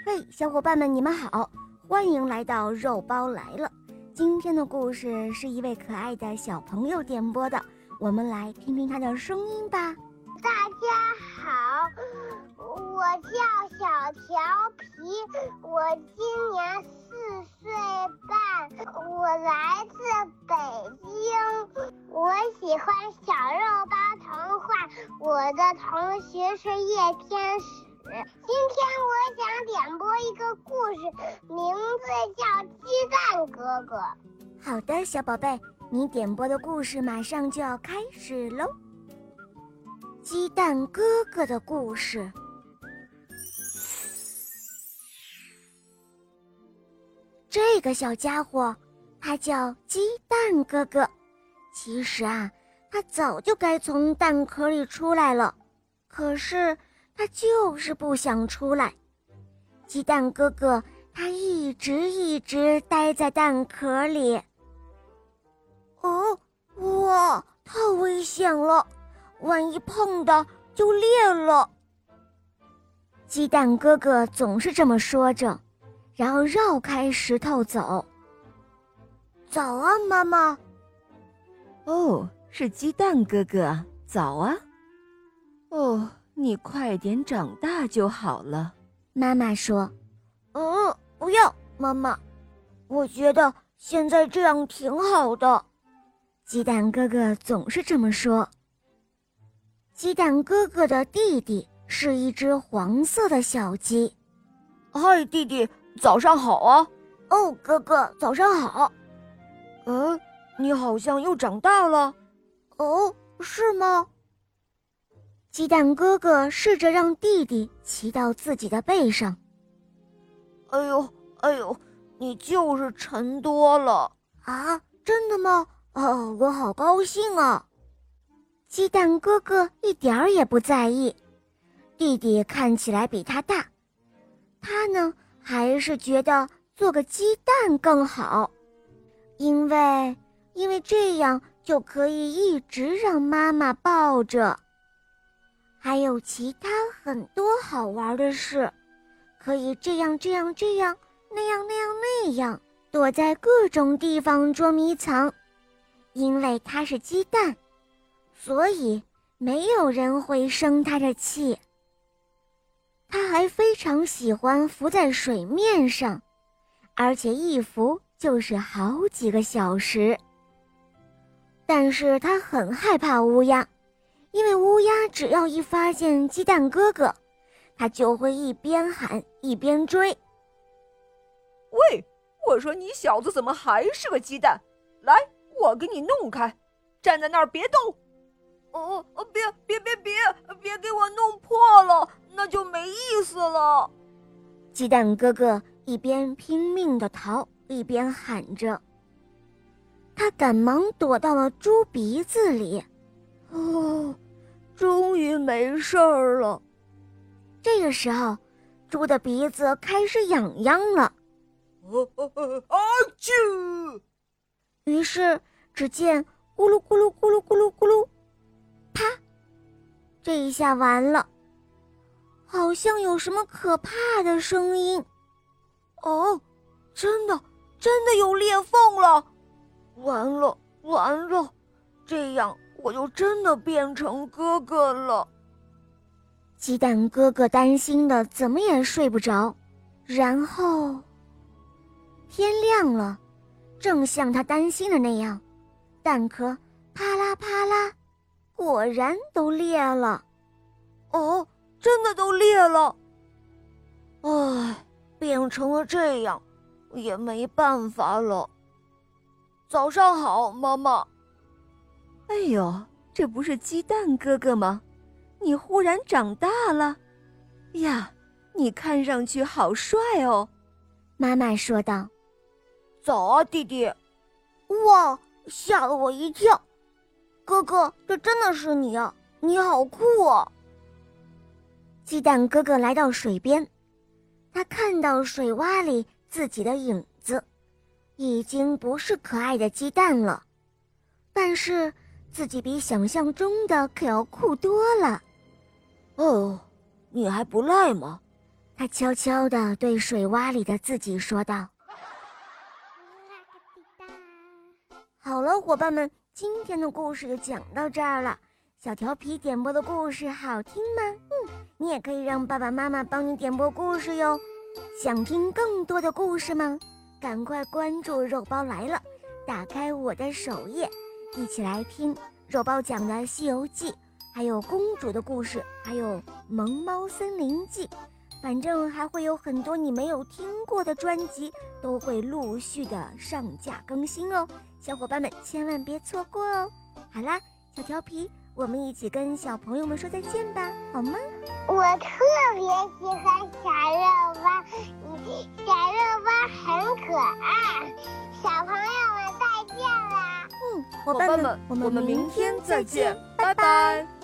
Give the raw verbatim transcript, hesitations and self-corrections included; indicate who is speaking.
Speaker 1: 嘿，小伙伴们，你们好，欢迎来到肉包来了。今天的故事是一位可爱的小朋友点播的，我们来听听他的声音吧。
Speaker 2: 大家好，我叫小调皮，我今年四岁半，我来自北京，我喜欢小肉包童话，我的同学是叶天使。今天我想点播一个故事，名字叫《鸡蛋哥哥》。
Speaker 1: 好的，小宝贝，你点播的故事马上就要开始喽。鸡蛋哥哥的故事。这个小家伙，他叫鸡蛋哥哥。其实啊，他早就该从蛋壳里出来了，可是他就是不想出来。鸡蛋哥哥，他一直一直待在蛋壳里。哦，哇，太危险了！万一碰到就裂了。鸡蛋哥哥总是这么说着，然后绕开石头走。早啊，妈妈。
Speaker 3: 哦，是鸡蛋哥哥，早啊。哦，你快点长大就好了。
Speaker 1: 妈妈说。嗯，不要，妈妈，我觉得现在这样挺好的。鸡蛋哥哥总是这么说。鸡蛋哥哥的弟弟是一只黄色的小鸡。
Speaker 4: 嗨，弟弟，早上好啊！
Speaker 1: 哦，哥哥，早上好。
Speaker 4: 嗯，你好像又长大了。
Speaker 1: 哦，是吗？鸡蛋哥哥试着让弟弟骑到自己的背上。
Speaker 4: 哎呦，哎呦，你就是沉多了
Speaker 1: 啊！真的吗？哦，我好高兴啊！鸡蛋哥哥一点儿也不在意，弟弟看起来比他大，他呢还是觉得做个鸡蛋更好，因为因为这样就可以一直让妈妈抱着。还有其他很多好玩的事，可以这样这样这样，那样那样那样，躲在各种地方捉迷藏。因为他是鸡蛋，所以没有人会生他的气。他还非常喜欢浮在水面上，而且一浮就是好几个小时。但是他很害怕乌鸦，因为乌鸦只要一发现鸡蛋哥哥，他就会一边喊一边追。
Speaker 5: 喂，我说你小子怎么还是个鸡蛋？来，我给你弄开，站在那儿别动。
Speaker 4: 哦哦，别别别别别给我弄破了，那就没意思了。
Speaker 1: 鸡蛋哥哥一边拼命地逃，一边喊着。他赶忙躲到了猪鼻子里。
Speaker 4: 哦，终于没事儿了。
Speaker 1: 这个时候，猪的鼻子开始痒痒了。
Speaker 4: 哦哦哦！啊啾！
Speaker 1: 于是，只见咕噜咕噜咕噜咕噜咕噜，啪！这一下完了，好像有什么可怕的声音。
Speaker 4: 哦，真的，真的有裂缝了！完了，完了，这样我就真的变成哥哥了。
Speaker 1: 鸡蛋哥哥担心的怎么也睡不着，然后天亮了，正像他担心的那样，蛋壳啪啦啪啦，果然都裂了。
Speaker 4: 哦，真的都裂了。唉，变成了这样，也没办法了。早上好，妈妈。
Speaker 3: 哎呦，这不是鸡蛋哥哥吗？你忽然长大了呀，你看上去好帅哦。
Speaker 1: 妈妈说道。
Speaker 4: 早啊，弟弟。
Speaker 1: 哇，吓了我一跳。哥哥，这真的是你啊，你好酷啊。鸡蛋哥哥来到水边，他看到水洼里自己的影子，已经不是可爱的鸡蛋了，但是自己比想象中的可要酷多了。
Speaker 4: 哦，你还不赖吗？
Speaker 1: 他悄悄地对水洼里的自己说道。好了，伙伴们，今天的故事就讲到这儿了。小调皮点播的故事好听吗？嗯，你也可以让爸爸妈妈帮你点播故事哟。想听更多的故事吗？赶快关注肉包来了，打开我的首页，一起来听肉包讲的《西游记》，还有公主的故事，还有《萌猫森林记》，反正还会有很多你没有听过的专辑都会陆续的上架更新哦，小伙伴们千万别错过哦。好啦，小调皮，我们一起跟小朋友们说再见吧，好吗？
Speaker 2: 我特别喜欢小肉包，小肉包很可爱。小朋友们再见啦！
Speaker 1: 嗯，
Speaker 5: 伙伴们，我们明天再见，拜拜。